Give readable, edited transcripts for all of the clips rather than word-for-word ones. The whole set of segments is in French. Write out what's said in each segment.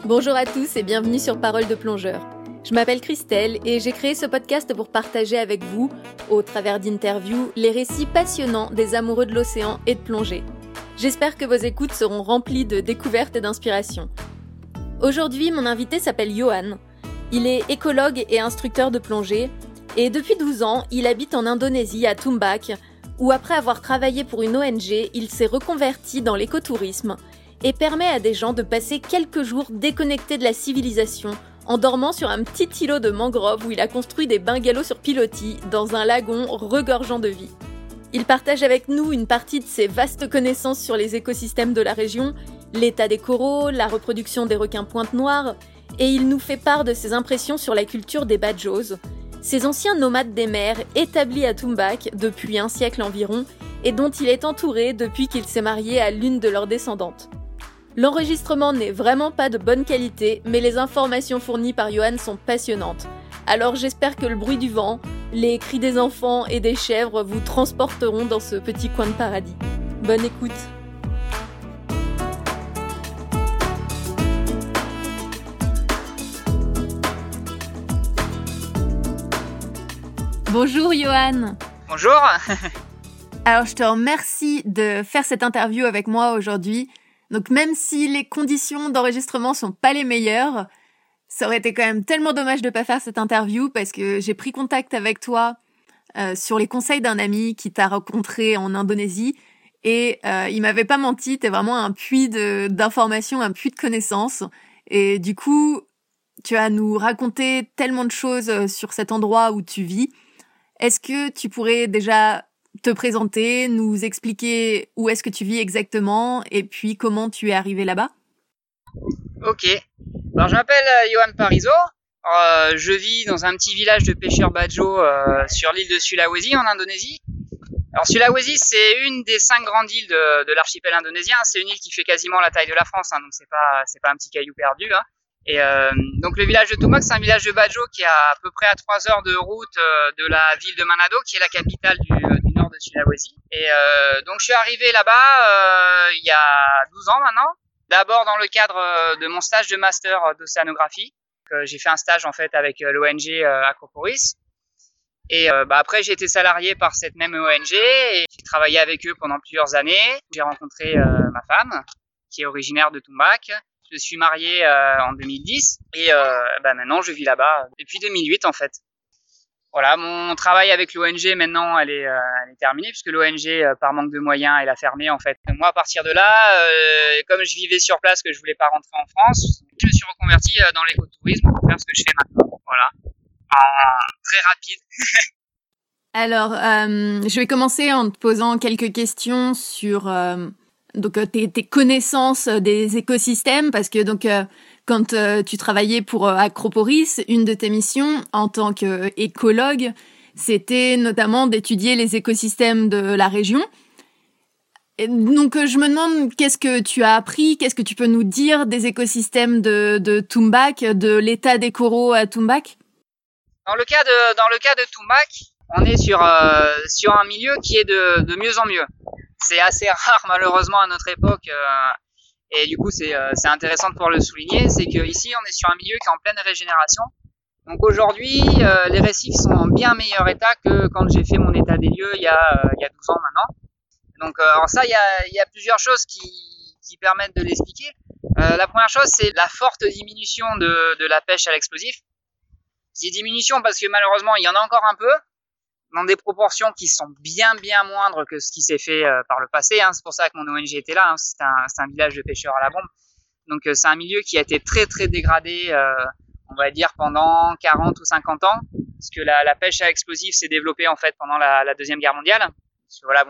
Bonjour à tous et bienvenue sur Parole de plongeur. Je m'appelle Christelle et j'ai créé ce podcast pour partager avec vous, au travers d'interviews, les récits passionnants des amoureux de l'océan et de plongée. J'espère que vos écoutes seront remplies de découvertes et d'inspiration. Aujourd'hui, mon invité s'appelle Yohan. Il est écologue et instructeur de plongée et depuis 12 ans, il habite en Indonésie à Tumbak où après avoir travaillé pour une ONG, il s'est reconverti dans l'écotourisme et permet à des gens de passer quelques jours déconnectés de la civilisation en dormant sur un petit îlot de mangrove où il a construit des bungalows sur pilotis dans un lagon regorgeant de vie. Il partage avec nous une partie de ses vastes connaissances sur les écosystèmes de la région, l'état des coraux, la reproduction des requins pointe-noire, et il nous fait part de ses impressions sur la culture des Bajos, ces anciens nomades des mers établis à Tumbak depuis un siècle environ et dont il est entouré depuis qu'il s'est marié à l'une de leurs descendantes. L'enregistrement n'est vraiment pas de bonne qualité, mais les informations fournies par Yohan sont passionnantes. Alors j'espère que le bruit du vent, les cris des enfants et des chèvres vous transporteront dans ce petit coin de paradis. Bonne écoute. Bonjour Yohan. Bonjour. Alors je te remercie de faire cette interview avec moi aujourd'hui. Donc même si les conditions d'enregistrement sont pas les meilleures, ça aurait été quand même tellement dommage de pas faire cette interview parce que j'ai pris contact avec toi sur les conseils d'un ami qui t'a rencontré en Indonésie et il m'avait pas menti, t'es vraiment un puits d'informations, un puits de connaissances et du coup tu vas nous raconter tellement de choses sur cet endroit où tu vis. Est-ce que tu pourrais déjà te présenter, nous expliquer où est-ce que tu vis exactement et puis comment tu es arrivé là-bas? Ok. Alors je m'appelle Yohan Parizo. Je vis dans un petit village de pêcheurs Bajo sur l'île de Sulawesi en Indonésie. Alors Sulawesi, c'est une des 5 grandes îles de l'archipel indonésien. C'est une île qui fait quasiment la taille de la France, donc c'est pas un petit caillou perdu. Et donc le village de Tumbak, c'est un village de Bajo qui est à peu près à 3 heures de route de la ville de Manado, qui est la capitale du nord de Sulawesi. Et donc je suis arrivé là-bas il y a 12 ans maintenant. D'abord dans le cadre de mon stage de master d'océanographie. J'ai fait un stage en fait avec l'ONG Acropolis. Et après j'ai été salarié par cette même ONG et j'ai travaillé avec eux pendant plusieurs années. J'ai rencontré ma femme qui est originaire de Tumbak. Je suis marié en 2010 et maintenant je vis là-bas depuis 2008 en fait. Voilà, mon travail avec l'ONG maintenant elle est terminée puisque l'ONG par manque de moyens elle a fermé en fait. Moi à partir de là, comme je vivais sur place que je voulais pas rentrer en France, je me suis reconverti dans l'écotourisme pour faire ce que je fais maintenant. Voilà, très rapide. Alors, je vais commencer en te posant quelques questions sur tes connaissances des écosystèmes parce que quand tu travaillais pour Acropolis, une de tes missions en tant qu'écologue, c'était notamment d'étudier les écosystèmes de la région. Et donc je me demande qu'est-ce que tu as appris, qu'est-ce que tu peux nous dire des écosystèmes de Tumbak, de l'état des coraux à Tumbak? Dans le cas de Tumbak, on est sur un milieu qui est de mieux en mieux. C'est assez rare malheureusement à notre époque et du coup c'est intéressant de pouvoir le souligner, c'est que ici on est sur un milieu qui est en pleine régénération. Donc aujourd'hui les récifs sont en bien meilleur état que quand j'ai fait mon état des lieux il y a 12 ans maintenant. Donc alors ça il y a plusieurs choses qui permettent de l'expliquer. La première chose c'est la forte diminution de la pêche à l'explosif. Je dis diminution parce que malheureusement il y en a encore un peu, dans des proportions qui sont bien moindres que ce qui s'est fait par le passé. C'est pour ça que mon ONG était là. C'est un village de pêcheurs à la bombe. Donc c'est un milieu qui a été très dégradé, on va dire pendant 40 ou 50 ans, parce que la pêche à explosifs s'est développée en fait pendant la Deuxième Guerre mondiale. Parce que, voilà,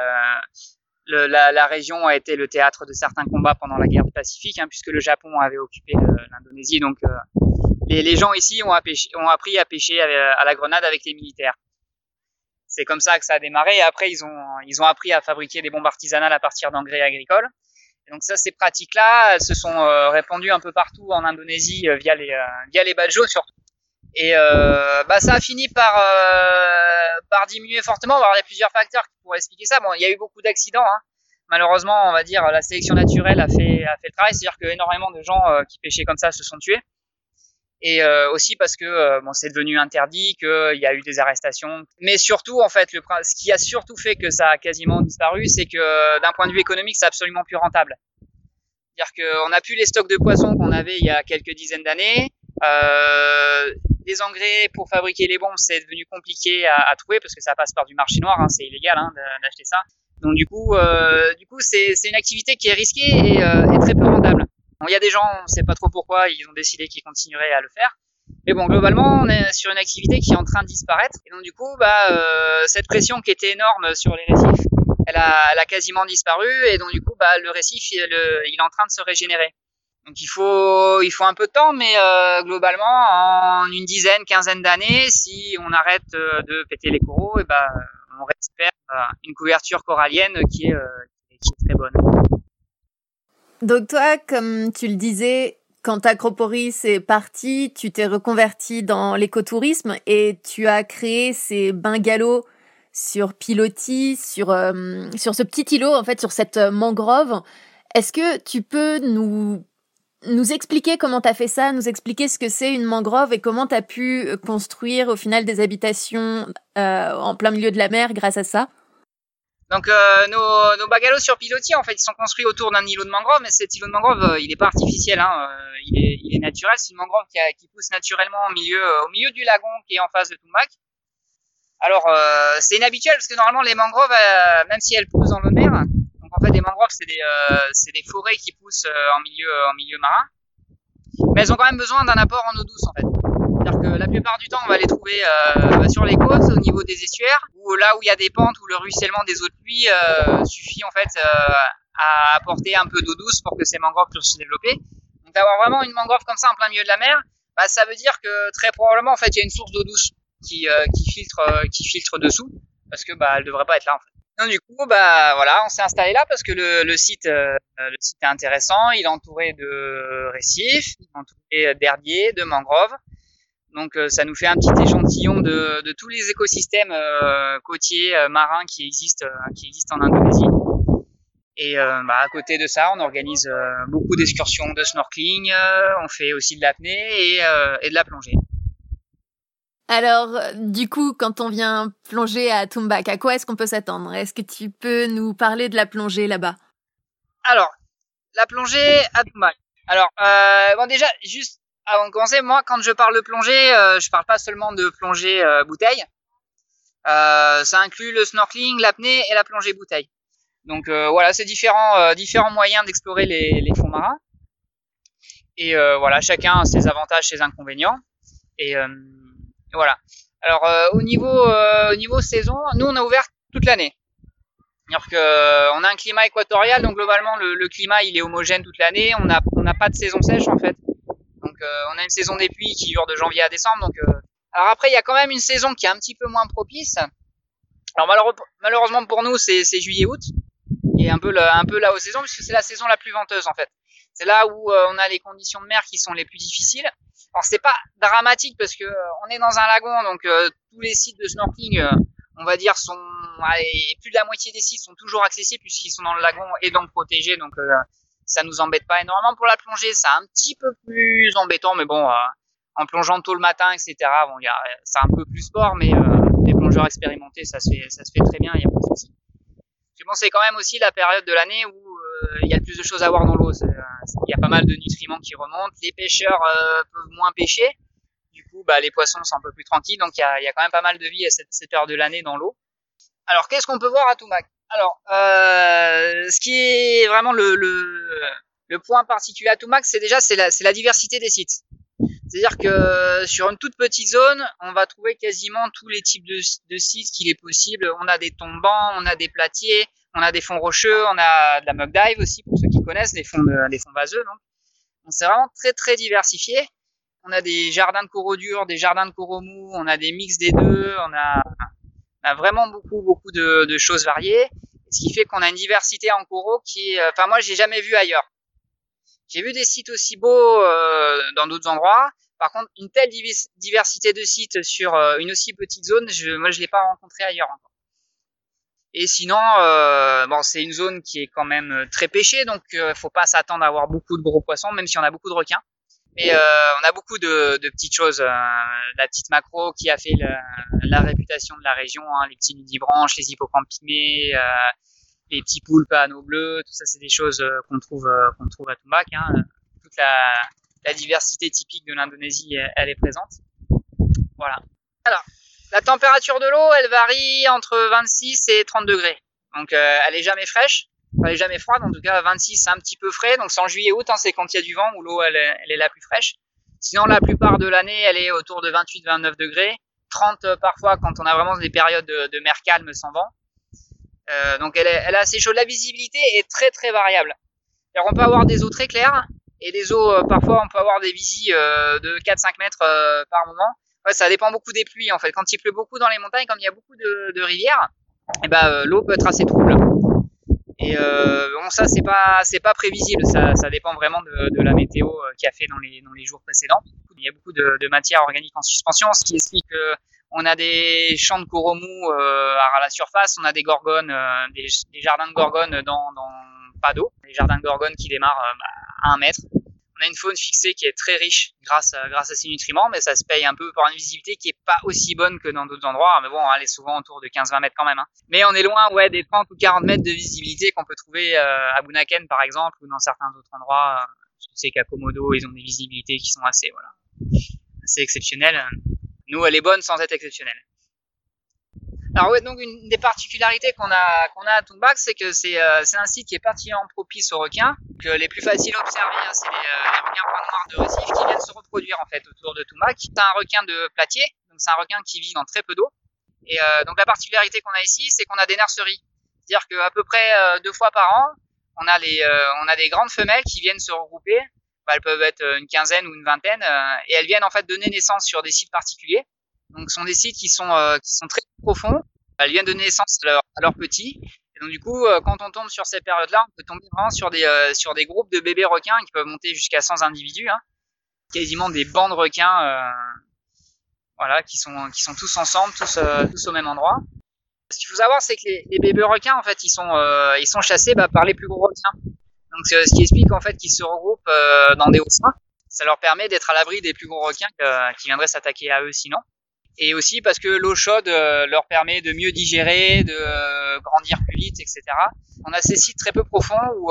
la région a été le théâtre de certains combats pendant la guerre du Pacifique, puisque le Japon avait occupé l'Indonésie. Donc les gens ici ont appris à pêcher à la grenade avec les militaires. C'est comme ça que ça a démarré. Et après, ils ont appris à fabriquer des bombes artisanales à partir d'engrais agricoles. Et donc ça, ces pratiques-là, elles se sont répandues un peu partout en Indonésie via les Bajos surtout. Et ça a fini par diminuer fortement. Alors, il y a plusieurs facteurs qui pourraient expliquer ça. Bon, il y a eu beaucoup d'accidents. Malheureusement, on va dire, la sélection naturelle a fait le travail, c'est-à-dire que énormément de gens qui pêchaient comme ça se sont tués. Et aussi parce que bon, c'est devenu interdit, qu'il y a eu des arrestations. Mais surtout, en fait, ce qui a surtout fait que ça a quasiment disparu, c'est que d'un point de vue économique, c'est absolument plus rentable. C'est-à-dire qu'on n'a plus les stocks de poissons qu'on avait il y a quelques dizaines d'années. Les engrais pour fabriquer les bombes, c'est devenu compliqué à trouver parce que ça passe par du marché noir, hein, c'est illégal d'acheter ça. Donc du coup, c'est une activité qui est risquée et très peu rentable. Bon, il y a des gens, on ne sait pas trop pourquoi, ils ont décidé qu'ils continueraient à le faire. Mais bon, globalement, on est sur une activité qui est en train de disparaître. Et donc du coup, cette pression qui était énorme sur les récifs, elle a quasiment disparu. Et donc du coup, le récif, il est en train de se régénérer. Donc il faut un peu de temps, mais globalement, en une dizaine, quinzaine d'années, si on arrête de péter les coraux, on récupère une couverture corallienne qui est très bonne. Donc toi, comme tu le disais, quand Acroporis est parti, tu t'es reconverti dans l'écotourisme et tu as créé ces bungalows sur pilotis, sur ce petit îlot, en fait, sur cette mangrove. Est-ce que tu peux nous expliquer comment tu as fait ça, nous expliquer ce que c'est une mangrove et comment tu as pu construire au final des habitations en plein milieu de la mer grâce à ça? Donc nos bungalows sur pilotis, en fait, ils sont construits autour d'un îlot de mangrove, mais cet îlot de mangrove, il n'est pas artificiel, hein, il est naturel. C'est une mangrove qui pousse naturellement au milieu du lagon qui est en face de Tumbak. Alors c'est inhabituel parce que normalement les mangroves, même si elles poussent dans l'eau de mer, donc en fait des mangroves c'est des forêts qui poussent en milieu marin, mais elles ont quand même besoin d'un apport en eau douce en fait. C'est-à-dire que la plupart du temps, on va les trouver sur les côtes, au niveau des estuaires, ou là où il y a des pentes où le ruissellement des eaux de pluie suffit en fait à apporter un peu d'eau douce pour que ces mangroves puissent se développer. Donc d'avoir vraiment une mangrove comme ça en plein milieu de la mer, ça veut dire que très probablement en fait il y a une source d'eau douce qui filtre dessous, parce que elle devrait pas être là en fait. Donc du coup voilà, on s'est installé là parce que le site est intéressant, il est entouré de récifs, il est entouré d'herbiers, de mangroves. Donc ça nous fait un petit échantillon de tous les écosystèmes côtiers, marins qui existent en Indonésie. Et à côté de ça, on organise beaucoup d'excursions de snorkeling, on fait aussi de l'apnée et de la plongée. Alors, du coup, quand on vient plonger à Tumbak, à quoi est-ce qu'on peut s'attendre? Est-ce que tu peux nous parler de la plongée là-bas? Alors, la plongée à Tumbak. Alors, déjà, juste avant de commencer, moi, quand je parle de plongée, je parle pas seulement de plongée bouteille. Ça inclut le snorkeling, l'apnée et la plongée bouteille. Donc voilà, c'est différents moyens d'explorer les fonds marins. Et voilà, chacun a ses avantages, ses inconvénients. Et voilà. Alors au niveau saison, nous on a ouvert toute l'année. C'est-à-dire que on a un climat équatorial, donc globalement le climat il est homogène toute l'année. On n'a pas de saison sèche en fait. Donc on a une saison des pluies qui dure de janvier à décembre. Donc alors après il y a quand même une saison qui est un petit peu moins propice. Alors malheureusement pour nous c'est juillet-août, qui est un peu la haute saison puisque c'est la saison la plus venteuse en fait. C'est là où on a les conditions de mer qui sont les plus difficiles. Alors c'est pas dramatique parce que on est dans un lagon, donc tous les sites de snorkeling, on va dire, plus de la moitié des sites sont toujours accessibles puisqu'ils sont dans le lagon et donc protégés, donc ça nous embête pas énormément. Pour la plongée, c'est un petit peu plus embêtant, mais bon, en plongeant tôt le matin, etc. Bon, c'est un peu plus sport, mais les plongeurs expérimentés, ça se fait très bien, il y a pas de souci. Bon, c'est quand même aussi la période de l'année où il y a le plus de choses à voir dans l'eau. Il y a pas mal de nutriments qui remontent. Les pêcheurs peuvent moins pêcher. Du coup, les poissons sont un peu plus tranquilles. Donc, il y a quand même pas mal de vie à cette heure de l'année dans l'eau. Alors, qu'est-ce qu'on peut voir à Tumbak? Alors, ce qui est vraiment le point particulier à Tumbak, c'est la diversité des sites. C'est-à-dire que sur une toute petite zone, on va trouver quasiment tous les types de sites qu'il est possible. On a des tombants, on a des platiers, on a des fonds rocheux, on a de la mug dive aussi pour ceux qui connaissent, des fonds vaseux. Donc c'est vraiment très très diversifié. On a des jardins de coraux durs, des jardins de coraux mous, on a des mix des deux, on a vraiment beaucoup de choses variées. Ce qui fait qu'on a une diversité en coraux qui est, moi j'ai jamais vu ailleurs. J'ai vu des sites aussi beaux dans d'autres endroits. Par contre, une telle diversité de sites sur une aussi petite zone, je l'ai pas rencontré ailleurs encore. Et sinon, bon, c'est une zone qui est quand même très pêchée, donc faut pas s'attendre à avoir beaucoup de gros poissons, même si on a beaucoup de requins. Mais on a beaucoup de petites choses. La petite maquereau qui a fait la réputation de la région, hein, les petits nudibranches, les hippocampes pygmées, les petits poulpes à anneaux bleus, tout ça, c'est des choses qu'on trouve à Tumbak. Hein. Toute la diversité typique de l'Indonésie, elle est présente. Voilà. Alors, la température de l'eau, elle varie entre 26 et 30 degrés. Donc, elle est jamais fraîche. Elle est jamais froide, en tout cas 26 c'est un petit peu frais, donc c'est en juillet août, hein, c'est quand il y a du vent où l'eau elle est la plus fraîche. Sinon la plupart de l'année elle est autour de 28-29 degrés, 30 parfois quand on a vraiment des périodes de mer calme sans vent. Donc elle est assez chaude. La visibilité est très très variable. Alors on peut avoir des eaux très claires et des eaux parfois on peut avoir des visies de 4-5 mètres par moment. Ouais, ça dépend beaucoup des pluies en fait. Quand il pleut beaucoup dans les montagnes, comme il y a beaucoup de rivières, et l'eau peut être assez trouble. Et bon, ça c'est pas prévisible, ça dépend vraiment de la météo qu'il y a fait dans les jours précédents. Il y a beaucoup de matière organique en suspension, ce qui explique que on a des champs de coraux mous à la surface, on a des gorgones, des jardins de gorgones dans pas d'eau, des jardins de gorgones qui démarrent à 1 mètre. On a une faune fixée qui est très riche grâce à ces nutriments, mais ça se paye un peu par une visibilité qui est pas aussi bonne que dans d'autres endroits. Mais bon, elle est souvent autour de 15-20 mètres quand même. Hein. Mais on est loin, ouais, des 30 ou 40 mètres de visibilité qu'on peut trouver à Bunaken par exemple, ou dans certains autres endroits. Je sais qu'à Komodo, ils ont des visibilités qui sont assez exceptionnelles. Nous, elle est bonne sans être exceptionnelle. Alors ouais, donc une des particularités qu'on a à Tumbak, c'est que c'est un site qui est particulièrement propice aux requins. Que les plus faciles à observer, hein, c'est les requins points noirs de récif qui viennent se reproduire en fait autour de Tumbak. C'est un requin de platier, donc c'est un requin qui vit dans très peu d'eau. Et donc la particularité qu'on a ici, c'est qu'on a des nurseries, c'est-à-dire qu'à peu près 2 fois par an, on a des grandes femelles qui viennent se regrouper. Elles peuvent être une quinzaine ou une vingtaine, et elles viennent en fait donner naissance sur des sites particuliers. Donc, ce sont des sites qui sont très profonds. Elles viennent donner naissance à leurs petits. Et donc, du coup, quand on tombe sur ces périodes-là, on peut tomber vraiment sur des groupes de bébés requins qui peuvent monter jusqu'à 100 individus. Hein. Quasiment des bancs de requins, qui sont tous ensemble, tous au même endroit. Ce qu'il faut savoir, c'est que les bébés requins, en fait, ils sont chassés par les plus gros requins. Donc, ce qui explique en fait qu'ils se regroupent dans des haussins. Ça leur permet d'être à l'abri des plus gros requins qui viendraient s'attaquer à eux sinon. Et aussi parce que l'eau chaude leur permet de mieux digérer, de grandir plus vite, etc. On a ces sites très peu profonds où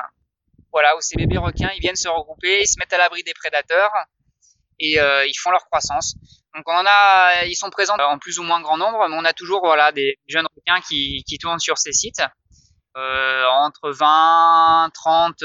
ces bébés requins ils viennent se regrouper, ils se mettent à l'abri des prédateurs et ils font leur croissance. Donc ils sont présents en plus ou moins grand nombre, mais on a toujours des jeunes requins qui tournent sur ces sites entre 20, 30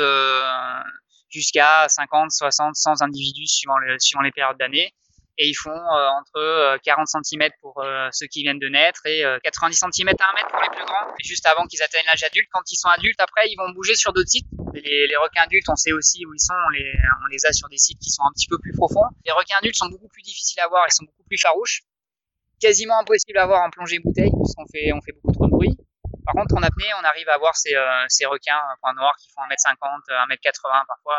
jusqu'à 50, 60, 100 individus suivant les périodes d'année. Et ils font entre 40 cm pour ceux qui viennent de naître et 90 cm à 1 mètre pour les plus grands, juste avant qu'ils atteignent l'âge adulte. Quand ils sont adultes, après, ils vont bouger sur d'autres sites. Les requins adultes, on sait aussi où ils sont, on les a sur des sites qui sont un petit peu plus profonds. Les requins adultes sont beaucoup plus difficiles à voir, ils sont beaucoup plus farouches. Quasiment impossible à voir en plongée bouteille, puisqu'on fait beaucoup trop de bruit. Par contre, en apnée, on arrive à voir ces requins points noirs qui font 1m50, 1m80 parfois.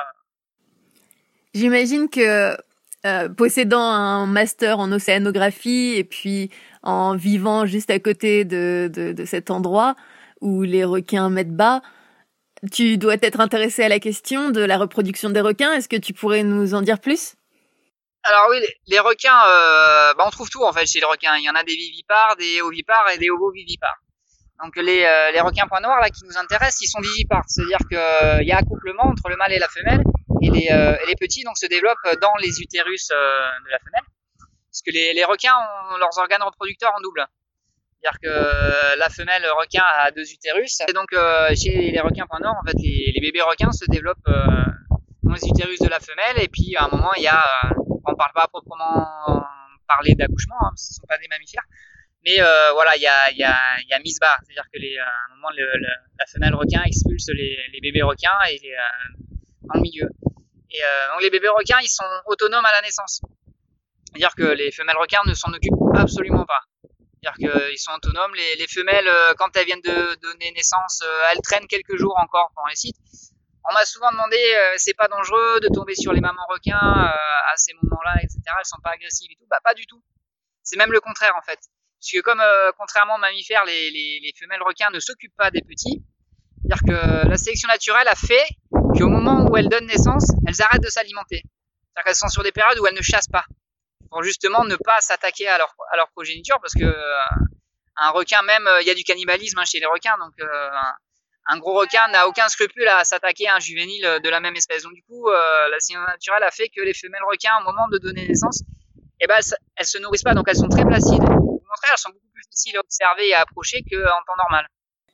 J'imagine que possédant un master en océanographie et puis en vivant juste à côté de cet endroit où les requins mettent bas, tu dois être intéressé à la question de la reproduction des requins. Est-ce que tu pourrais nous en dire plus ? Alors oui, les requins, on trouve tout en fait chez les requins. Il y en a des vivipares, des ovipares et des ovovivipares. Donc les requins points noirs là qui nous intéressent, ils sont vivipares, c'est-à-dire qu'il y a accouplement entre le mâle et la femelle. Et les petits donc se développent dans les utérus de la femelle, parce que les requins ont leurs organes reproducteurs en double. C'est-à-dire que la femelle requin a 2 utérus, et donc chez les requins points noirs, en fait, les bébés requins se développent dans les utérus de la femelle, et puis à un moment il y a, on parle pas proprement parler d'accouchement, hein, parce que ce sont pas des mammifères, mais il y a mise barre, c'est-à-dire que à un moment la femelle requin expulse les bébés requins et dans le milieu. Et donc les bébés requins, ils sont autonomes à la naissance. C'est-à-dire que les femelles requins ne s'en occupent absolument pas. C'est-à-dire qu'ils sont autonomes. Les femelles, quand elles viennent de donner naissance, elles traînent quelques jours encore dans les sites. On m'a souvent demandé, c'est pas dangereux de tomber sur les mamans requins à ces moments-là, etc. Elles sont pas agressives et tout. Bah pas du tout. C'est même le contraire en fait. puisque comme contrairement aux mammifères, les femelles requins ne s'occupent pas des petits. C'est-à-dire que la sélection naturelle a fait qu'au moment où elles donnent naissance, elles arrêtent de s'alimenter. C'est-à-dire qu'elles sont sur des périodes où elles ne chassent pas, pour justement ne pas s'attaquer à leur progéniture, parce que un requin même, il y a du cannibalisme chez les requins, donc un gros requin n'a aucun scrupule à s'attaquer à un juvénile de la même espèce. Donc du coup, la sélection naturelle a fait que les femelles requins, au moment de donner naissance, elles se nourrissent pas, donc elles sont très placides. Au contraire, elles sont beaucoup plus faciles à observer et à approcher qu'en temps normal.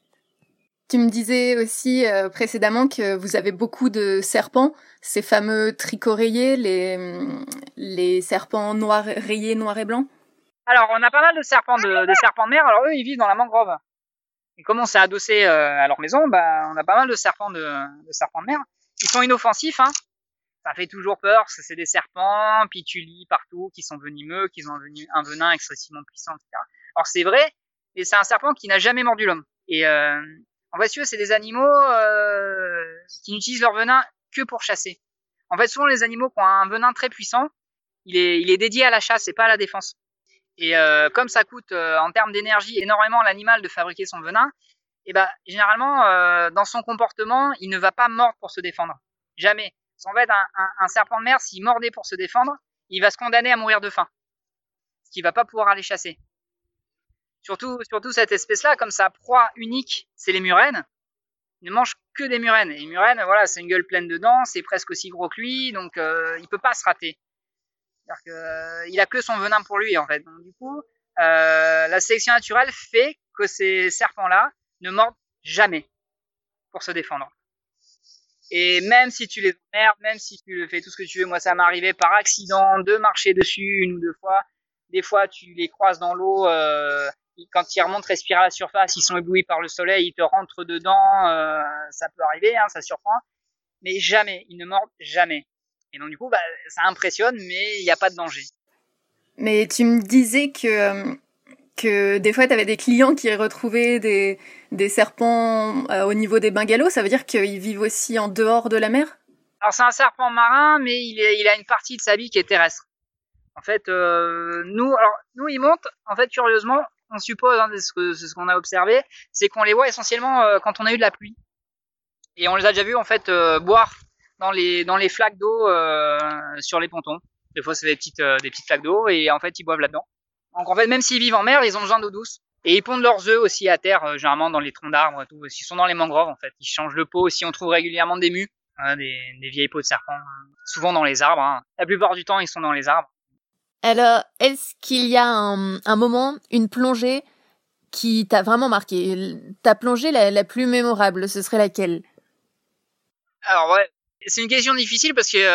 Tu me disais aussi précédemment que vous avez beaucoup de serpents, ces fameux tricorayés, les serpents rayés noir et blanc. Alors, on a pas mal de serpents de serpents de mer. Alors eux, ils vivent dans la mangrove. Et comme on s'est adossé à leur maison, on a pas mal de serpents de serpents de mer. Ils sont inoffensifs, hein. Ça fait toujours peur parce que c'est des serpents, puis tu lis partout qu'ils sont venimeux, qu'ils ont un venin excessivement puissant, etc. Alors c'est vrai, mais c'est un serpent qui n'a jamais mordu l'homme. Et en fait, c'est des animaux qui n'utilisent leur venin que pour chasser. En fait, souvent les animaux qui ont un venin très puissant, il est dédié à la chasse et pas à la défense. Et comme ça coûte en termes d'énergie énormément à l'animal de fabriquer son venin, et généralement dans son comportement, il ne va pas mordre pour se défendre. Jamais. En fait, un serpent de mer, s'il mordait pour se défendre, il va se condamner à mourir de faim. Parce qu'il va pas pouvoir aller chasser. Surtout cette espèce-là, comme sa proie unique, c'est les murènes. Il ne mange que des murènes. Et les murènes, voilà, c'est une gueule pleine de dents, c'est presque aussi gros que lui, donc il peut pas se rater. C'est-à-dire que, il a que son venin pour lui, en fait. Donc, du coup, la sélection naturelle fait que ces serpents-là ne mordent jamais pour se défendre. Et même si tu les emmerdes, même si tu fais tout ce que tu veux, moi ça m'est arrivé par accident de marcher dessus une ou deux fois. Des fois tu les croises dans l'eau, quand ils remontent respirer à la surface, ils sont éblouis par le soleil, ils te rentrent dedans, ça peut arriver, hein, ça surprend. Mais jamais, ils ne mordent jamais. Et donc du coup, ça impressionne, mais il n'y a pas de danger. Mais tu me disais que des fois, tu avais des clients qui retrouvaient des serpents au niveau des bungalows. Ça veut dire qu'ils vivent aussi en dehors de la mer? Alors, c'est un serpent marin, mais il a une partie de sa vie qui est terrestre. En fait, nous, ils montent, en fait, curieusement, on suppose, hein, c'est ce qu'on a observé, c'est qu'on les voit essentiellement quand on a eu de la pluie. Et on les a déjà vus, en fait, boire dans les flaques d'eau sur les pontons. Des fois, c'est des petites flaques d'eau, et en fait, ils boivent là-dedans. Donc en fait, même s'ils vivent en mer, ils ont besoin d'eau douce. Et ils pondent leurs œufs aussi à terre, généralement dans les troncs d'arbres, tout. Ils sont dans les mangroves en fait. Ils changent le pot aussi. On trouve régulièrement des mues, des vieilles peaux de serpents, souvent dans les arbres. Hein. La plupart du temps, ils sont dans les arbres. Alors, est-ce qu'il y a un moment, une plongée qui t'a vraiment marqué? Ta plongée la plus mémorable, ce serait laquelle? Alors ouais, c'est une question difficile parce que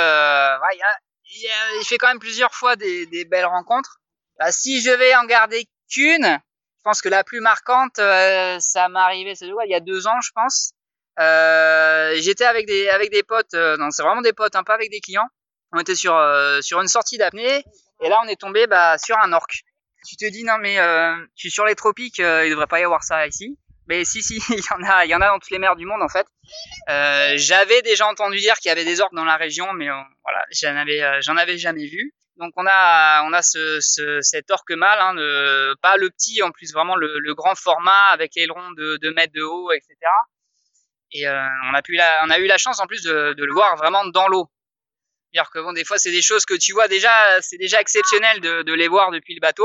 il fait quand même plusieurs fois des belles rencontres. Si je vais en garder qu'une, je pense que la plus marquante, ça m'est arrivé, il y a 2 ans, je pense. J'étais avec des potes, non, c'est vraiment des potes, hein, pas avec des clients. On était sur une sortie d'apnée, et là on est tombé sur un orque. Tu te dis non mais je suis sur les tropiques, il devrait pas y avoir ça ici. Mais si, il y en a dans toutes les mers du monde en fait. J'avais déjà entendu dire qu'il y avait des orques dans la région, mais voilà, j'en avais jamais vu. Donc on a cet orque mâle, hein, pas le petit, en plus vraiment le grand format avec ailerons de 2 mètres de haut, etc. Et on a eu la chance en plus de le voir vraiment dans l'eau. C'est-à-dire que bon, des fois c'est des choses que tu vois déjà, c'est déjà exceptionnel de les voir depuis le bateau.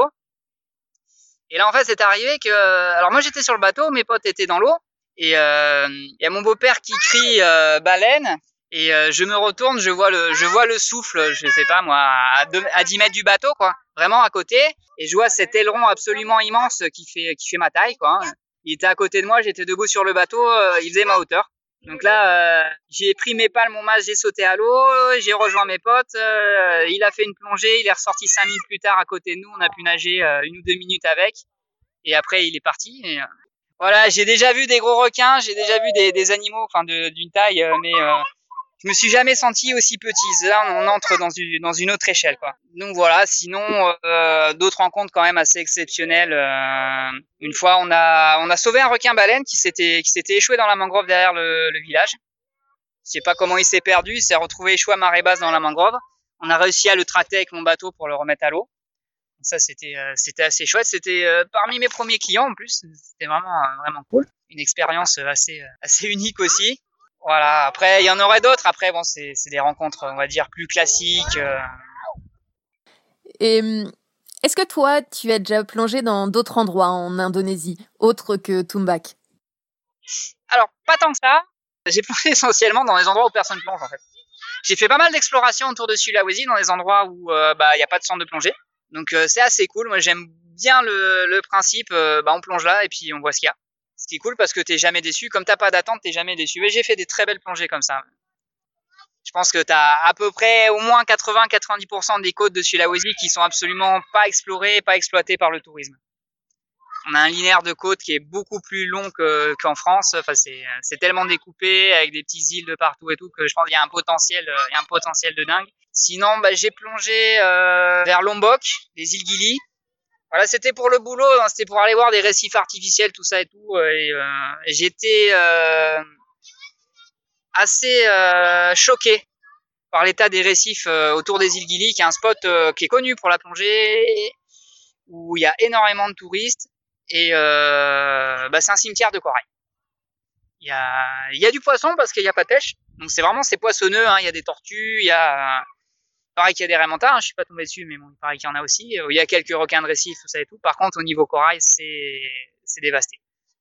Et là en fait c'est arrivé que, alors moi j'étais sur le bateau, mes potes étaient dans l'eau, et il y a mon beau-père qui crie baleine. Et je me retourne, je vois le souffle, je sais pas moi, à 10 mètres du bateau, quoi, vraiment à côté, et je vois cet aileron absolument immense qui fait ma taille, quoi. Hein. Il était à côté de moi, j'étais debout sur le bateau, il faisait ma hauteur. Donc là, j'ai pris mes palmes, mon masque, j'ai sauté à l'eau, j'ai rejoint mes potes, il a fait une plongée, il est ressorti 5 minutes plus tard à côté de nous, on a pu nager 1 ou 2 minutes avec, et après il est parti. Et, voilà, j'ai déjà vu des gros requins, j'ai déjà vu des animaux, enfin d'une taille, mais je me suis jamais senti aussi petit. Là, on entre dans une autre échelle, quoi. Donc voilà. Sinon, d'autres rencontres quand même assez exceptionnelles. Une fois, on a sauvé un requin baleine qui s'était échoué dans la mangrove derrière le village. Je sais pas comment il s'est perdu. Il s'est retrouvé échoué à marée basse dans la mangrove. On a réussi à le tracter avec mon bateau pour le remettre à l'eau. Ça, c'était assez chouette. C'était parmi mes premiers clients en plus. C'était vraiment cool. Une expérience assez unique aussi. Voilà. Après, il y en aurait d'autres. Après, bon, c'est des rencontres, on va dire, plus classiques. Et est-ce que toi, tu as déjà plongé dans d'autres endroits en Indonésie, autres que Tumbak? Alors, pas tant que ça. J'ai plongé essentiellement dans les endroits où personne plonge, en fait. J'ai fait pas mal d'explorations autour de Sulawesi, dans des endroits où y a pas de centre de plongée. Donc c'est assez cool. Moi, j'aime bien le principe. On plonge là et puis on voit ce qu'il y a. Ce qui est cool parce que t'es jamais déçu. Comme t'as pas d'attente, t'es jamais déçu. Et j'ai fait des très belles plongées comme ça. Je pense que t'as à peu près au moins 80-90% des côtes de Sulawesi qui sont absolument pas explorées, pas exploitées par le tourisme. On a un linéaire de côte qui est beaucoup plus long qu'en France. Enfin, c'est tellement découpé avec des petites îles de partout et tout que je pense qu'il y a un potentiel de dingue. Sinon, j'ai plongé vers Lombok, les îles Gili. Voilà, c'était pour le boulot, hein, c'était pour aller voir des récifs artificiels, tout ça et tout. Et j'étais assez choqué par l'état des récifs autour des îles Gili, qui est un spot qui est connu pour la plongée, où il y a énormément de touristes. Et c'est un cimetière de corail. Il y a du poisson parce qu'il n'y a pas de pêche. Donc c'est poissonneux, hein. Il y a des tortues, il y a pareil qu'il y a des raimentards, hein. Je suis pas tombé dessus, mais bon, il paraît qu'il y en a aussi. Il y a quelques requins de récif, tout ça et tout. Par contre, au niveau corail, c'est dévasté.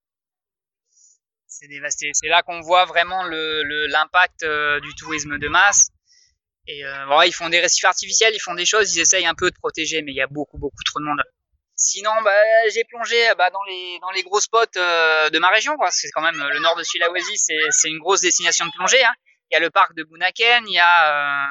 C'est dévasté. C'est là qu'on voit vraiment l'impact du tourisme de masse. Et ils font des récifs artificiels, ils font des choses, ils essayent un peu de protéger, mais il y a beaucoup trop de monde. Sinon, j'ai plongé dans les gros spots de ma région, quoi. C'est quand même le nord de Sulawesi, c'est une grosse destination de plongée, hein. Il y a le parc de Bunaken, il y a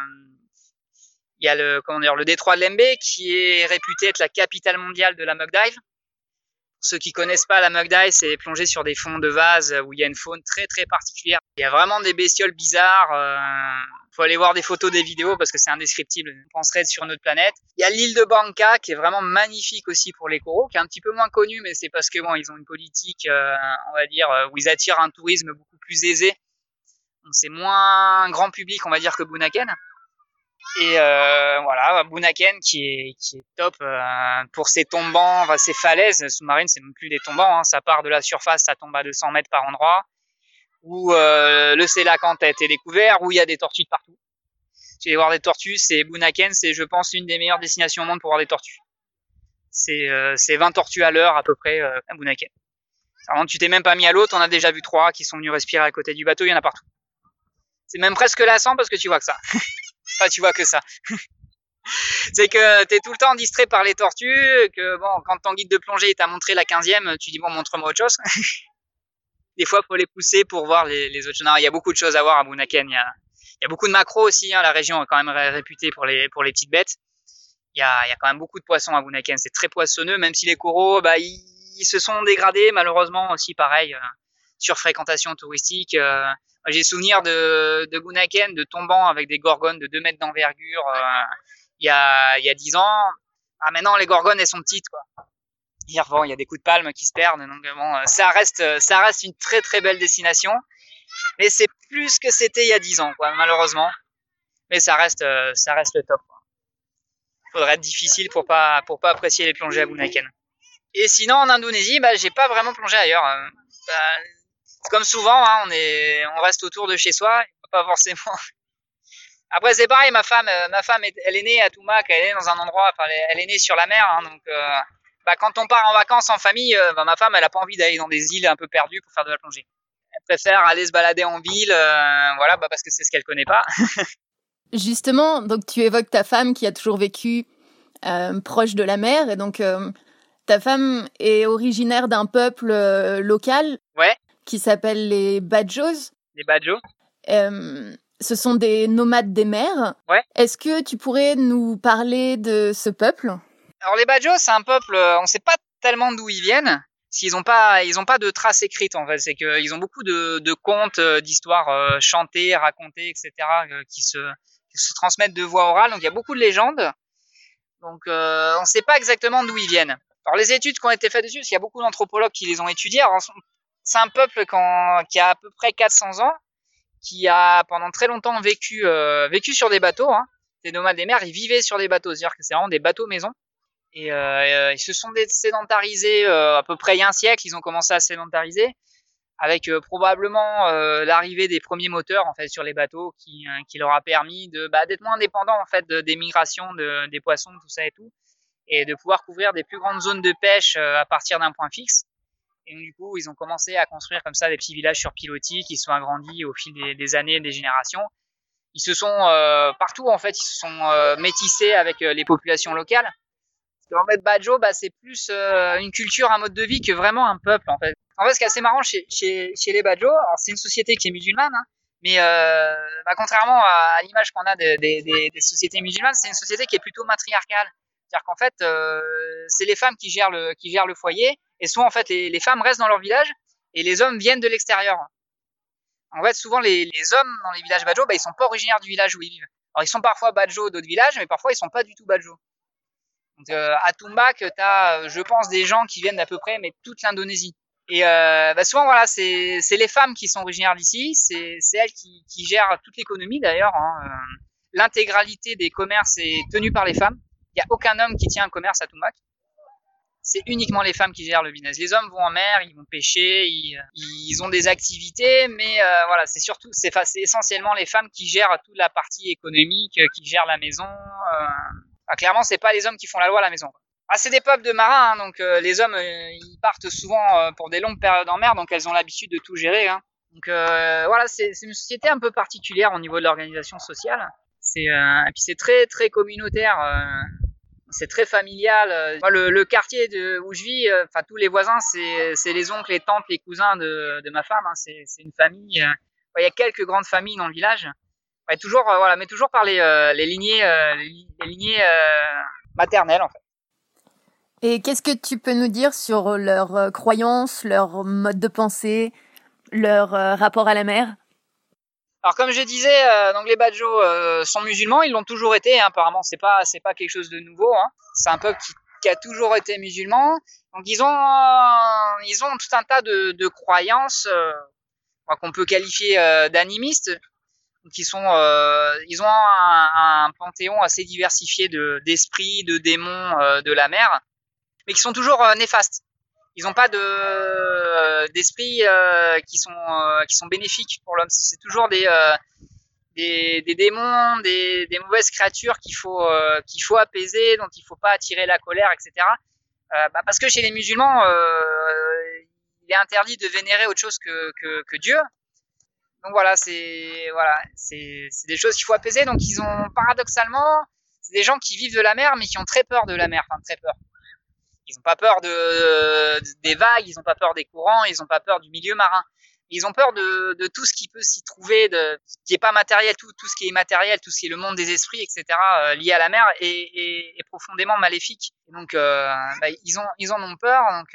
le détroit de Lembe qui est réputé être la capitale mondiale de la mug dive. Pour ceux qui connaissent pas la mug dive, c'est plonger sur des fonds de vase où il y a une faune très très particulière. Il y a vraiment des bestioles bizarres. Faut aller voir des photos, des vidéos parce que c'est indescriptible. On penserait être sur une autre planète. Il y a l'île de Bangka qui est vraiment magnifique aussi pour les coraux, qui est un petit peu moins connue, mais c'est parce que ils ont une politique, on va dire, où ils attirent un tourisme beaucoup plus aisé. Donc c'est moins grand public, on va dire, que Bunaken. Et Bunaken qui est top pour ses tombants, ses falaises sous-marines, c'est non plus des tombants, hein, ça part de la surface, ça tombe à 200 mètres par endroit, où le Sélacanthe a été découvert, où il y a des tortues de partout. Tu vas voir des tortues, Bunaken, c'est je pense une des meilleures destinations au monde pour voir des tortues. C'est 20 tortues à l'heure à peu près à Bunaken. Alors, tu t'es même pas mis à l'autre, on a déjà vu 3 qui sont venus respirer à côté du bateau, il y en a partout. C'est même presque lassant parce que tu vois que ça. Enfin, tu vois que ça. C'est que t'es tout le temps distrait par les tortues, que quand ton guide de plongée t'a montré la 15e, tu dis montre-moi autre chose. Des fois, faut les pousser pour voir les autres choses. Non, il y a beaucoup de choses à voir à Bunaken. Il y a beaucoup de macros aussi, hein. La région est quand même réputée pour les petites bêtes. Il y a quand même beaucoup de poissons à Bunaken. C'est très poissonneux, même si les coraux, ils se sont dégradés, malheureusement aussi, pareil, surfréquentation touristique. J'ai souvenir de Bunaken, de tombant avec des gorgones de 2 mètres d'envergure il y a 10 ans. Ah, maintenant, les gorgones, elles sont petites, quoi. Il y a des coups de palme qui se perdent. Donc, ça reste une très, très belle destination. Mais c'est plus que c'était il y a 10 ans, quoi, malheureusement. Mais ça reste le top, quoi. Faudrait être difficile pour pas apprécier les plongées à Bunaken. Et sinon, en Indonésie, j'ai pas vraiment plongé ailleurs. Comme souvent, hein, on reste autour de chez soi, pas forcément. Après, c'est pareil, ma femme, elle est née à Tumbak, elle est née dans un endroit, elle est née sur la mer, hein, donc quand on part en vacances en famille, ma femme, elle a pas envie d'aller dans des îles un peu perdues pour faire de la plongée. Elle préfère aller se balader en ville, parce que c'est ce qu'elle connaît pas. Justement, donc tu évoques ta femme qui a toujours vécu proche de la mer, et donc ta femme est originaire d'un peuple local. Ouais. Qui s'appelle les Bajos. Les Bajos. Ce sont des nomades des mers. Ouais. Est-ce que tu pourrais nous parler de ce peuple ? Alors les Bajos, c'est un peuple, on ne sait pas tellement d'où ils viennent, parce qu'ils ont pas de traces écrites en fait. C'est qu'ils ont beaucoup de contes, d'histoires chantées, racontées, etc. Qui se transmettent de voix orale. Donc il y a beaucoup de légendes. Donc on ne sait pas exactement d'où ils viennent. Alors les études qui ont été faites dessus, parce qu'il y a beaucoup d'anthropologues qui les ont étudiées. Alors, c'est un peuple qui a à peu près 400 ans, qui a pendant très longtemps vécu sur des bateaux, hein. Les nomades des mers, ils vivaient sur des bateaux, c'est-à-dire que c'est vraiment des bateaux maison. Ils se sont sédentarisés à peu près il y a un siècle. Ils ont commencé à se sédentariser avec probablement l'arrivée des premiers moteurs en fait sur les bateaux qui leur a permis d'être moins dépendants en fait des migrations des poissons, tout ça et tout, et de pouvoir couvrir des plus grandes zones de pêche à partir d'un point fixe. Et donc, du coup, ils ont commencé à construire comme ça des petits villages sur pilotis qui se sont agrandis au fil des années et des générations. Ils se sont partout en fait, ils se sont métissés avec les populations locales. En fait, Badjo, c'est plus une culture, un mode de vie que vraiment un peuple en fait. En fait, ce qui est assez marrant chez les Badjo, alors c'est une société qui est musulmane, hein, mais contrairement à l'image qu'on a des sociétés musulmanes, c'est une société qui est plutôt matriarcale. C'est-à-dire qu'en fait, c'est les femmes qui gèrent le foyer, et souvent en fait les femmes restent dans leur village et les hommes viennent de l'extérieur. En fait, souvent les hommes dans les villages Badjo, ils sont pas originaires du village où ils vivent. Alors ils sont parfois Badjo d'autres villages, mais parfois ils sont pas du tout Badjo. Donc à Tumbak, t'as, je pense, des gens qui viennent d'à peu près, mais toute l'Indonésie. Et souvent voilà, c'est les femmes qui sont originaires d'ici, c'est elles qui gèrent toute l'économie d'ailleurs. Hein. L'intégralité des commerces est tenue par les femmes. Il y a aucun homme qui tient un commerce à Tumbak. C'est uniquement les femmes qui gèrent le business. Les hommes vont en mer, ils vont pêcher, ils ont des activités, mais voilà, c'est essentiellement les femmes qui gèrent toute la partie économique, qui gèrent la maison. Clairement, c'est pas les hommes qui font la loi à la maison. C'est des peuples de marins, hein, donc les hommes ils partent souvent pour des longues périodes en mer, donc elles ont l'habitude de tout gérer. Hein. Donc voilà, c'est une société un peu particulière au niveau de l'organisation sociale. Et puis c'est très très communautaire. C'est très familial. Moi, le quartier où je vis, tous les voisins, c'est les oncles, les tantes, les cousins de ma femme. Hein. C'est une famille. Il y a quelques grandes familles dans le village. Toujours, mais toujours par les lignées maternelles en fait. Et qu'est-ce que tu peux nous dire sur leurs croyances, leur mode de pensée, leur rapport à la mer ? Alors comme je disais, donc les Badjo sont musulmans, ils l'ont toujours été. Hein, apparemment, c'est pas quelque chose de nouveau. Hein. C'est un peuple qui a toujours été musulman. Donc ils ont tout un tas de croyances qu'on peut qualifier d'animistes. Donc ils ont un panthéon assez diversifié d'esprits, de démons de la mer, mais qui sont toujours néfastes. Ils n'ont pas d'esprits qui sont bénéfiques pour l'homme. C'est toujours des démons, des mauvaises créatures qu'il faut apaiser, dont il faut pas attirer la colère, etc. Parce que chez les musulmans, il est interdit de vénérer autre chose que Dieu. Donc voilà, c'est des choses qu'il faut apaiser. Donc ils ont paradoxalement, c'est des gens qui vivent de la mer, mais qui ont très peur de la mer, très peur. Ils n'ont pas peur des vagues, ils n'ont pas peur des courants, ils n'ont pas peur du milieu marin. Ils ont peur de tout ce qui peut s'y trouver, qui est pas matériel, tout ce qui est immatériel, tout ce qui est le monde des esprits, etc. Lié à la mer est profondément maléfique. Et donc ils en ont peur. Donc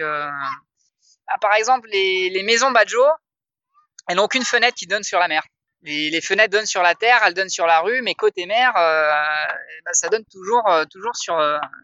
par exemple les maisons Badjo, elles n'ont aucune fenêtre qui donne sur la mer. Les fenêtres donnent sur la terre, elles donnent sur la rue, mais côté mer, ça donne toujours sur.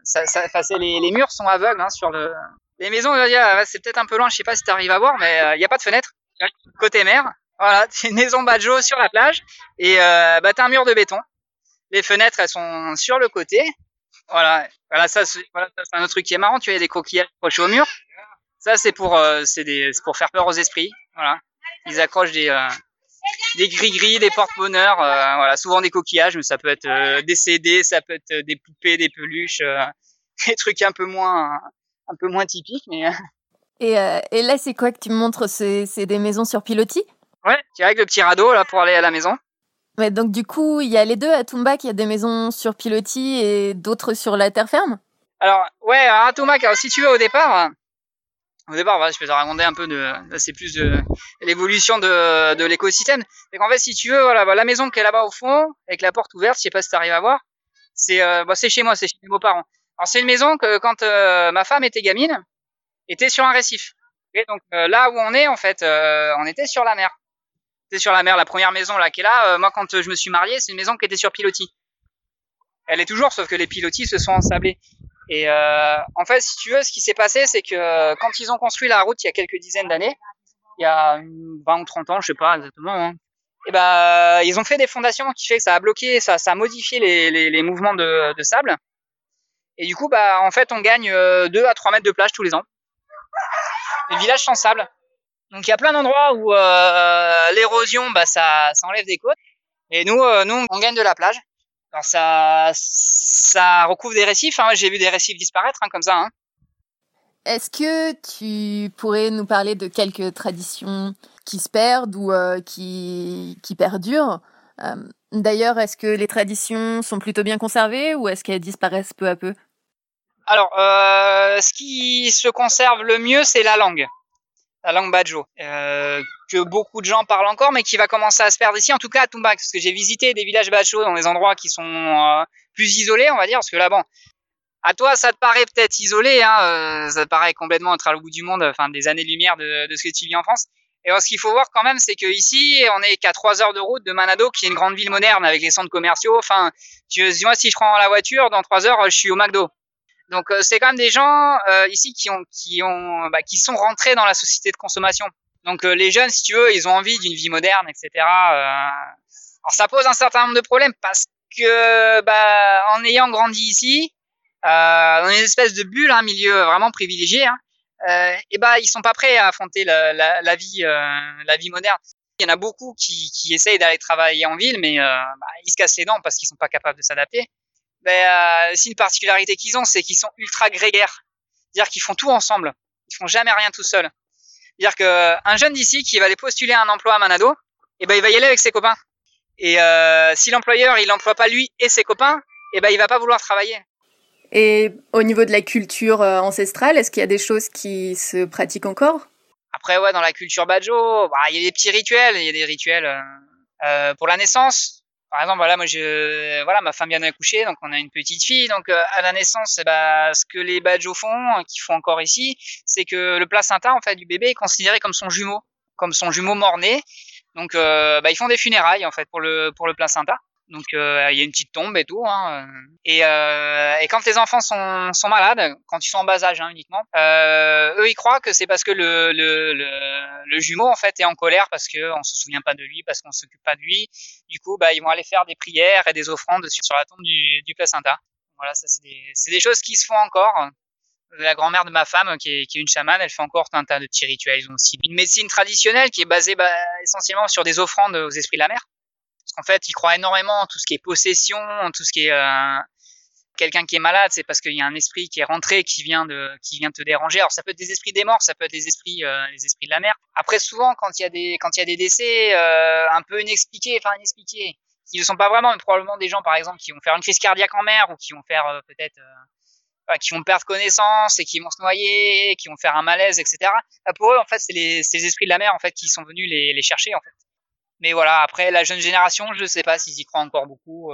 Les murs sont aveugles sur les maisons. C'est peut-être un peu loin, je sais pas si tu arrives à voir, mais il y a pas de fenêtre côté mer. Voilà, c'est une maison Badjo sur la plage et t'as un mur de béton. Les fenêtres, elles sont sur le côté. Voilà, ça c'est un autre truc qui est marrant. Tu vois, il y a des coquillages accrochés au mur. Ça c'est pour faire peur aux esprits. Voilà, ils accrochent des gris-gris, des porte-bonheur, souvent des coquillages, mais ça peut être des CD, ça peut être des poupées, des peluches, des trucs un peu moins typiques, mais. Et là, c'est quoi que tu me montres ? C'est des maisons sur pilotis ? Ouais, tu avec le petit radeau là pour aller à la maison. Ouais, donc du coup, il y a les deux à Tumbak, il y a des maisons sur pilotis et d'autres sur la terre ferme ? Alors à Tumbak, si tu veux au départ, je peux te raconter un peu c'est plus de l'évolution de l'écosystème. C'est qu'en fait, si tu veux, la maison qui est là-bas au fond, avec la porte ouverte, je sais pas si tu arrives à voir, c'est chez moi, c'est chez mes beaux-parents. Alors c'est une maison que quand ma femme était gamine, était sur un récif. Et donc là où on est, en fait, on était sur la mer. C'était sur la mer, la première maison là qui est là. Moi, quand je me suis marié, c'est une maison qui était sur pilotis. Elle est toujours, sauf que les pilotis se sont ensablés. Et en fait, si tu veux, ce qui s'est passé, c'est que quand ils ont construit la route il y a quelques dizaines d'années, il y a 20 ou 30 ans, je sais pas exactement, hein, et ils ont fait des fondations qui fait que ça a bloqué, ça a modifié les mouvements de sable. Et du coup, en fait, on gagne 2 à 3 mètres de plage tous les ans. Les villages sans sable. Donc il y a plein d'endroits où l'érosion, ça enlève des côtes. Et nous, on gagne de la plage. Alors ça recouvre des récifs. Hein. J'ai vu des récifs disparaître comme ça. Hein. Est-ce que tu pourrais nous parler de quelques traditions qui se perdent ou qui perdurent? D'ailleurs, est-ce que les traditions sont plutôt bien conservées ou est-ce qu'elles disparaissent peu à peu? Alors, ce qui se conserve le mieux, c'est la langue Badjo, que beaucoup de gens parlent encore, mais qui va commencer à se perdre ici, en tout cas à Tumbak, parce que j'ai visité des villages Badjo dans des endroits qui sont plus isolés, on va dire, parce que là, bon, à toi, ça te paraît peut-être isolé, hein, ça te paraît complètement être à l'autre bout du monde, enfin des années-lumière de ce que tu vis en France. Et alors, ce qu'il faut voir quand même, c'est que ici, on est qu'à 3 heures de route de Manado, qui est une grande ville moderne avec les centres commerciaux. Enfin, moi, si je prends la voiture, dans 3 heures, je suis au McDo. Donc c'est quand même des gens ici qui sont rentrés dans la société de consommation. Donc les jeunes, si tu veux, ils ont envie d'une vie moderne, etc. Alors ça pose un certain nombre de problèmes parce que en ayant grandi ici, dans une espèce de bulle, un milieu vraiment privilégié, ils sont pas prêts à affronter la vie moderne. Il y en a beaucoup qui essayent d'aller travailler en ville, mais ils se cassent les dents parce qu'ils sont pas capables de s'adapter. C'est une particularité qu'ils ont, c'est qu'ils sont ultra grégaires. C'est-à-dire qu'ils font tout ensemble. Ils font jamais rien tout seuls. C'est-à-dire qu'un jeune d'ici qui va aller postuler un emploi à Manado, il va y aller avec ses copains. Et si l'employeur il emploie pas lui et ses copains, il va pas vouloir travailler. Et au niveau de la culture ancestrale, est-ce qu'il y a des choses qui se pratiquent encore? Après, ouais, dans la culture Badjo, il y a des petits rituels. Il y a des rituels pour la naissance. Par exemple, ma femme vient d'accoucher, donc on a une petite fille. Donc à la naissance, ce que les Badjo font, qu'ils font encore ici, c'est que le placenta en fait du bébé est considéré comme son jumeau mort-né. Donc ils font des funérailles en fait pour le placenta. Donc il y a une petite tombe et tout. Et quand les enfants sont malades, quand ils sont en bas âge uniquement, eux ils croient que c'est parce que le jumeau en fait est en colère parce que on se souvient pas de lui, parce qu'on s'occupe pas de lui. Du coup, ils vont aller faire des prières et des offrandes sur la tombe du placenta. Voilà, ça c'est des choses qui se font encore. La grand-mère de ma femme, qui est une chamane, elle fait encore un tas de petits rituels. Ils ont aussi une médecine traditionnelle qui est basée essentiellement sur des offrandes aux esprits de la mer. Parce qu'en fait, ils croient énormément en tout ce qui est possession, en tout ce qui est quelqu'un qui est malade, c'est parce qu'il y a un esprit qui est rentré, qui vient te déranger. Alors ça peut être des esprits des morts, ça peut être les esprits de la mer. Après, souvent, quand il y a des décès un peu inexpliqués, qui ne sont pas vraiment, mais probablement des gens, par exemple, qui vont faire une crise cardiaque en mer ou qui vont faire qui vont perdre connaissance et qui vont se noyer, qui vont faire un malaise, etc. Pour eux, en fait, c'est les esprits de la mer en fait qui sont venus les chercher en fait. Mais voilà, après la jeune génération, je sais pas s'ils y croient encore beaucoup.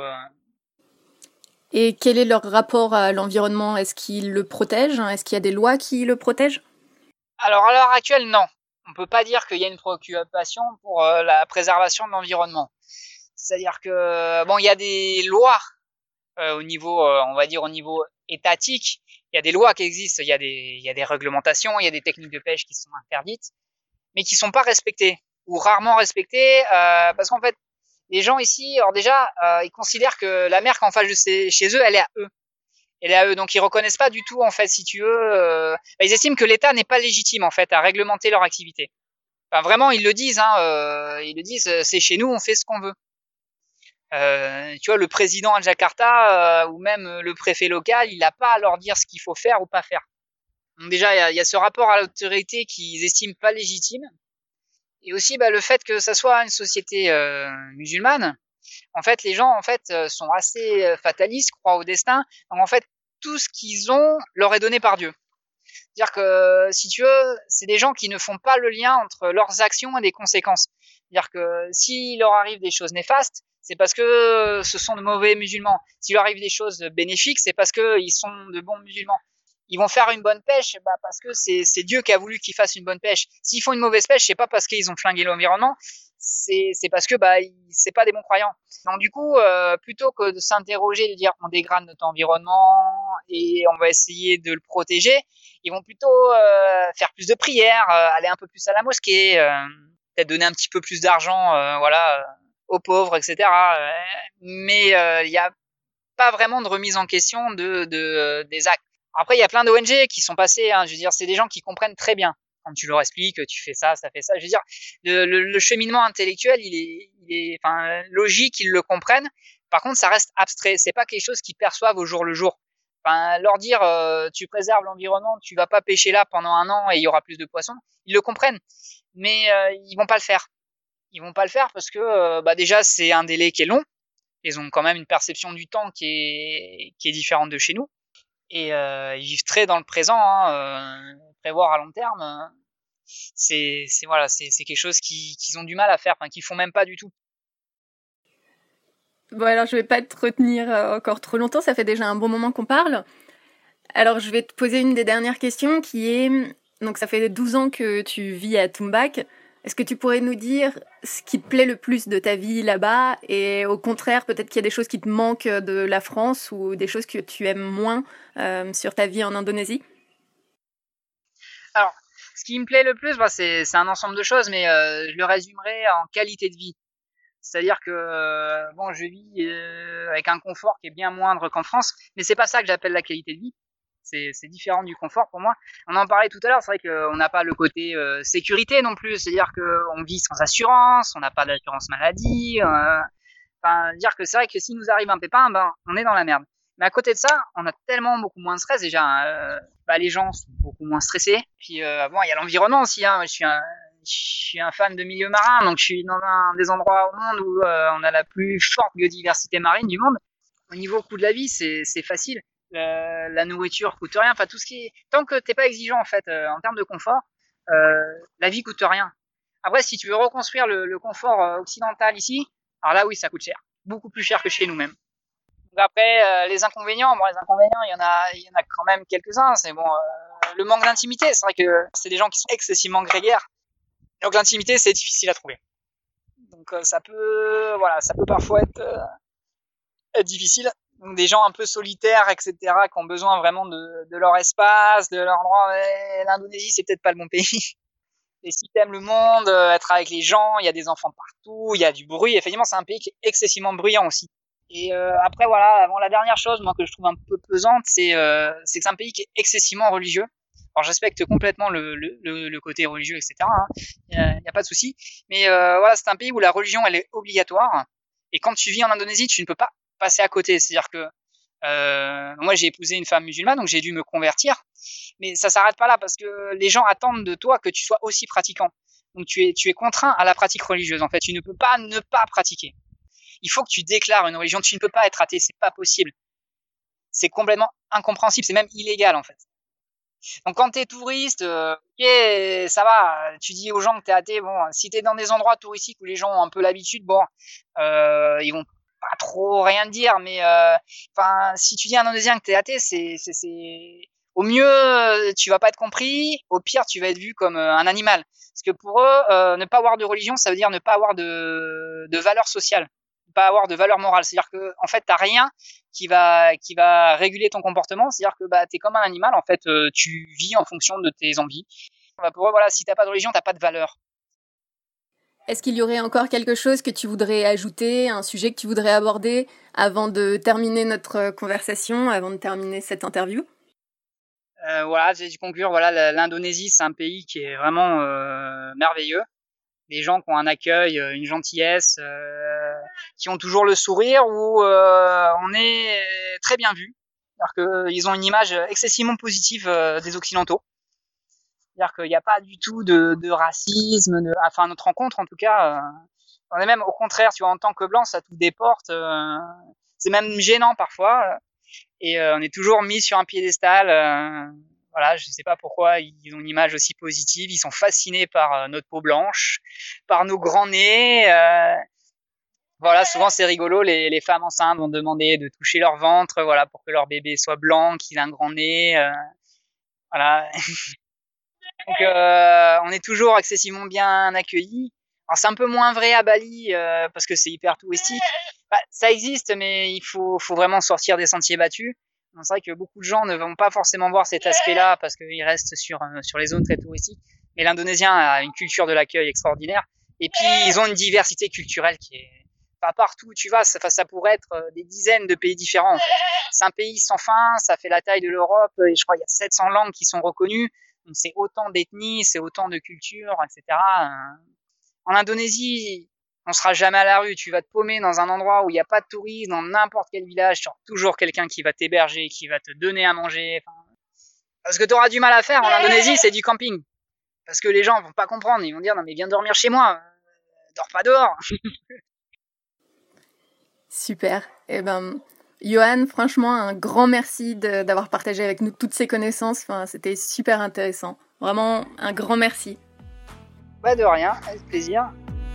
Et quel est leur rapport à l'environnement? Est-ce qu'ils le protègent? Est-ce qu'il y a des lois qui le protègent? Alors à l'heure actuelle, non. On peut pas dire qu'il y a une préoccupation pour la préservation de l'environnement. C'est-à-dire que il y a des lois au niveau, on va dire au niveau étatique. Il y a des lois qui existent, il y a des réglementations, il y a des techniques de pêche qui sont interdites, mais qui sont pas respectées ou rarement respectées parce qu'en fait les gens ici, alors déjà, ils considèrent que la mer qu'en face de chez eux, elle est à eux. Elle est à eux, donc ils reconnaissent pas du tout, en fait, si tu veux. Ils estiment que l'État n'est pas légitime, en fait, à réglementer leur activité. Enfin, vraiment, ils le disent, ils le disent, c'est chez nous, on fait ce qu'on veut. Tu vois, le président à Jakarta ou même le préfet local, il n'a pas à leur dire ce qu'il faut faire ou pas faire. Donc déjà, il y a ce rapport à l'autorité qu'ils estiment pas légitime. Et aussi le fait que ça soit une société musulmane, en fait les gens en fait sont assez fatalistes, croient au destin. Donc en fait tout ce qu'ils ont leur est donné par Dieu. C'est-à-dire que si tu veux, c'est des gens qui ne font pas le lien entre leurs actions et les conséquences. C'est-à-dire que s'il leur arrive des choses néfastes, c'est parce que ce sont de mauvais musulmans. S'il leur arrive des choses bénéfiques, c'est parce que ils sont de bons musulmans. Ils vont faire une bonne pêche parce que c'est Dieu qui a voulu qu'ils fassent une bonne pêche. S'ils font une mauvaise pêche, c'est pas parce qu'ils ont flingué l'environnement, c'est parce que c'est pas des bons croyants. Donc du coup, plutôt que de s'interroger, de dire on dégrade notre environnement et on va essayer de le protéger, ils vont plutôt faire plus de prières, aller un peu plus à la mosquée, peut-être donner un petit peu plus d'argent, aux pauvres, etc. Mais il y a pas vraiment de remise en question des actes. Après, il y a plein d'ONG qui sont passées, hein, je veux dire, c'est des gens qui comprennent très bien. Quand tu leur expliques, tu fais ça fait ça. Je veux dire, le cheminement intellectuel, il est, enfin, logique, ils le comprennent. Par contre, ça reste abstrait. C'est pas quelque chose qu'ils perçoivent au jour le jour. Enfin, leur dire, tu préserves l'environnement, tu vas pas pêcher là pendant 1 an et il y aura plus de poissons, ils le comprennent. Mais ils vont pas le faire. Ils vont pas le faire parce que, déjà, c'est un délai qui est long. Ils ont quand même une perception du temps qui est différente de chez nous. Et ils vivent très dans le présent, hein, prévoir à long terme, c'est voilà, c'est quelque chose qu'ils ont du mal à faire, enfin qu'ils font même pas du tout. Bon, alors je vais pas te retenir encore trop longtemps, ça fait déjà un bon moment qu'on parle. Alors je vais te poser une des dernières questions qui est, donc ça fait 12 ans que tu vis à Tumbak. Est-ce que tu pourrais nous dire ce qui te plaît le plus de ta vie là-bas et au contraire, peut-être qu'il y a des choses qui te manquent de la France ou des choses que tu aimes moins sur ta vie en Indonésie? Alors, ce qui me plaît le plus, c'est un ensemble de choses, mais je le résumerai en qualité de vie. C'est-à-dire que bon, je vis avec un confort qui est bien moindre qu'en France, mais c'est pas ça que j'appelle la qualité de vie. C'est différent du confort pour moi. On en parlait tout à l'heure, c'est vrai qu'on n'a pas le côté sécurité non plus, c'est-à-dire qu'on vit sans assurance, on n'a pas d'assurance maladie. Enfin, dire que c'est vrai que si nous arrive un pépin, on est dans la merde. Mais à côté de ça, on a tellement beaucoup moins de stress déjà. Hein, les gens sont beaucoup moins stressés. Puis bon, il y a l'environnement aussi. Hein. Je suis un fan de milieu marin, donc je suis dans un des endroits au monde où on a la plus forte biodiversité marine du monde. Au niveau coût de la vie, c'est facile. La nourriture coûte rien. Enfin, tout ce qui est tant que t'es pas exigeant en fait en termes de confort, la vie coûte rien. Après, si tu veux reconstruire le confort occidental ici, alors là oui, ça coûte cher, beaucoup plus cher que chez nous même. Après, les inconvénients, il y en a quand même quelques-uns. C'est bon, le manque d'intimité. C'est vrai que c'est des gens qui sont excessivement grégaires. Donc l'intimité, c'est difficile à trouver. Donc ça peut parfois être difficile. Donc des gens un peu solitaires, etc., qui ont besoin vraiment de leur espace, de leur endroit. Ouais, l'Indonésie, c'est peut-être pas le bon pays. Et si t'aimes le monde, être avec les gens, il y a des enfants partout, il y a du bruit. Effectivement, c'est un pays qui est excessivement bruyant aussi. Et après voilà, la dernière chose moi que je trouve un peu pesante, c'est que c'est un pays qui est excessivement religieux. Alors je respecte complètement le côté religieux, etc. Hein. Il y a pas de souci. Mais voilà, c'est un pays où la religion elle est obligatoire. Et quand tu vis en Indonésie, tu ne peux pas passer à côté. C'est-à-dire que moi j'ai épousé une femme musulmane, donc j'ai dû me convertir. Mais ça s'arrête pas là parce que les gens attendent de toi que tu sois aussi pratiquant. Donc tu es contraint à la pratique religieuse. En fait, tu ne peux pas ne pas pratiquer. Il faut que tu déclares une religion. Tu ne peux pas être athée, c'est pas possible. C'est complètement incompréhensible, c'est même illégal en fait. Donc quand t'es touriste, ok, ça va. Tu dis aux gens que t'es athée. Bon, si t'es dans des endroits touristiques où les gens ont un peu l'habitude, bon, ils vont pas trop rien dire. Mais enfin, si tu dis à un Indonésien que t'es athée, c'est au mieux tu vas pas être compris. Au pire, tu vas être vu comme un animal. Parce que pour eux, ne pas avoir de religion, ça veut dire ne pas avoir de valeur sociale, pas avoir de valeur morale. C'est-à-dire que en fait, t'as rien qui va réguler ton comportement. C'est-à-dire que t'es comme un animal. En fait, tu vis en fonction de tes envies. Pour eux, voilà, si t'as pas de religion, t'as pas de valeur. Est-ce qu'il y aurait encore quelque chose que tu voudrais ajouter, un sujet que tu voudrais aborder avant de terminer notre conversation, avant de terminer cette interview? Voilà, j'ai dû conclure. Voilà, l'Indonésie, c'est un pays qui est vraiment merveilleux. Des gens qui ont un accueil, une gentillesse, qui ont toujours le sourire, où on est très bien vu. C'est-à-dire qu'ils ont une image excessivement positive des Occidentaux. C'est-à-dire qu'il n'y a pas du tout de racisme, enfin notre rencontre en tout cas, on est même au contraire, tu vois, en tant que blanc, ça tout déporte. C'est même gênant parfois, et on est toujours mis sur un piédestal. Voilà, je sais pas pourquoi ils ont une image aussi positive. Ils sont fascinés par notre peau blanche, par nos grands nez. Voilà, souvent c'est rigolo. Les femmes enceintes vont demander de toucher leur ventre, voilà, pour que leur bébé soit blanc, qu'il ait un grand nez. Voilà. Donc on est toujours excessivement bien accueillis. Alors c'est un peu moins vrai à Bali parce que c'est hyper touristique. Ça existe, mais il faut vraiment sortir des sentiers battus. C'est vrai que beaucoup de gens ne vont pas forcément voir cet aspect-là parce qu'ils restent sur les zones très touristiques. Mais l'Indonésien a une culture de l'accueil extraordinaire. Et puis ils ont une diversité culturelle qui est, pas partout où tu vas, ça pourrait être des dizaines de pays différents en fait. C'est un pays sans fin, ça fait la taille de l'Europe et je crois qu'il y a 700 langues qui sont reconnues, donc c'est autant d'ethnies, c'est autant de cultures, etc. En Indonésie, on sera jamais à la rue, tu vas te paumer dans un endroit où il n'y a pas de touristes, dans n'importe quel village, tu auras toujours quelqu'un qui va t'héberger, qui va te donner à manger. Ce que tu auras du mal à faire en Indonésie, c'est du camping. Parce que les gens vont pas comprendre, ils vont dire non mais viens dormir chez moi, dors pas dehors. Super. Johan, franchement, un grand merci d'avoir partagé avec nous toutes ces connaissances. C'était super intéressant. Vraiment, un grand merci. Pas de rien, avec plaisir.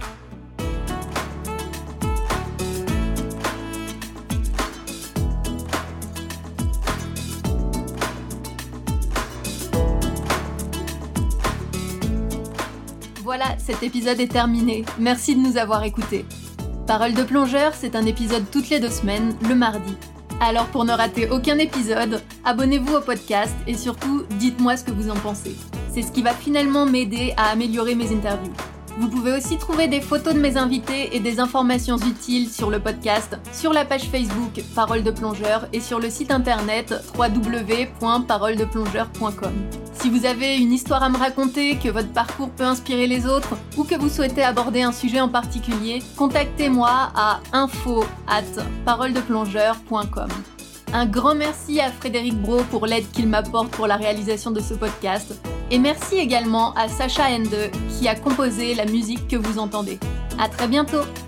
Voilà, cet épisode est terminé. Merci de nous avoir écoutés. Parole de plongeur, c'est un épisode toutes les 2 semaines, le mardi. Alors pour ne rater aucun épisode, abonnez-vous au podcast et surtout, dites-moi ce que vous en pensez. C'est ce qui va finalement m'aider à améliorer mes interviews. Vous pouvez aussi trouver des photos de mes invités et des informations utiles sur le podcast, sur la page Facebook Parole de plongeur et sur le site internet www.paroledeplongeur.com. Si vous avez une histoire à me raconter, que votre parcours peut inspirer les autres ou que vous souhaitez aborder un sujet en particulier, contactez-moi à info@paroledeplongeur.com. Un grand merci à Frédéric Brault pour l'aide qu'il m'apporte pour la réalisation de ce podcast. Et merci également à Sacha Ende qui a composé la musique que vous entendez. À très bientôt!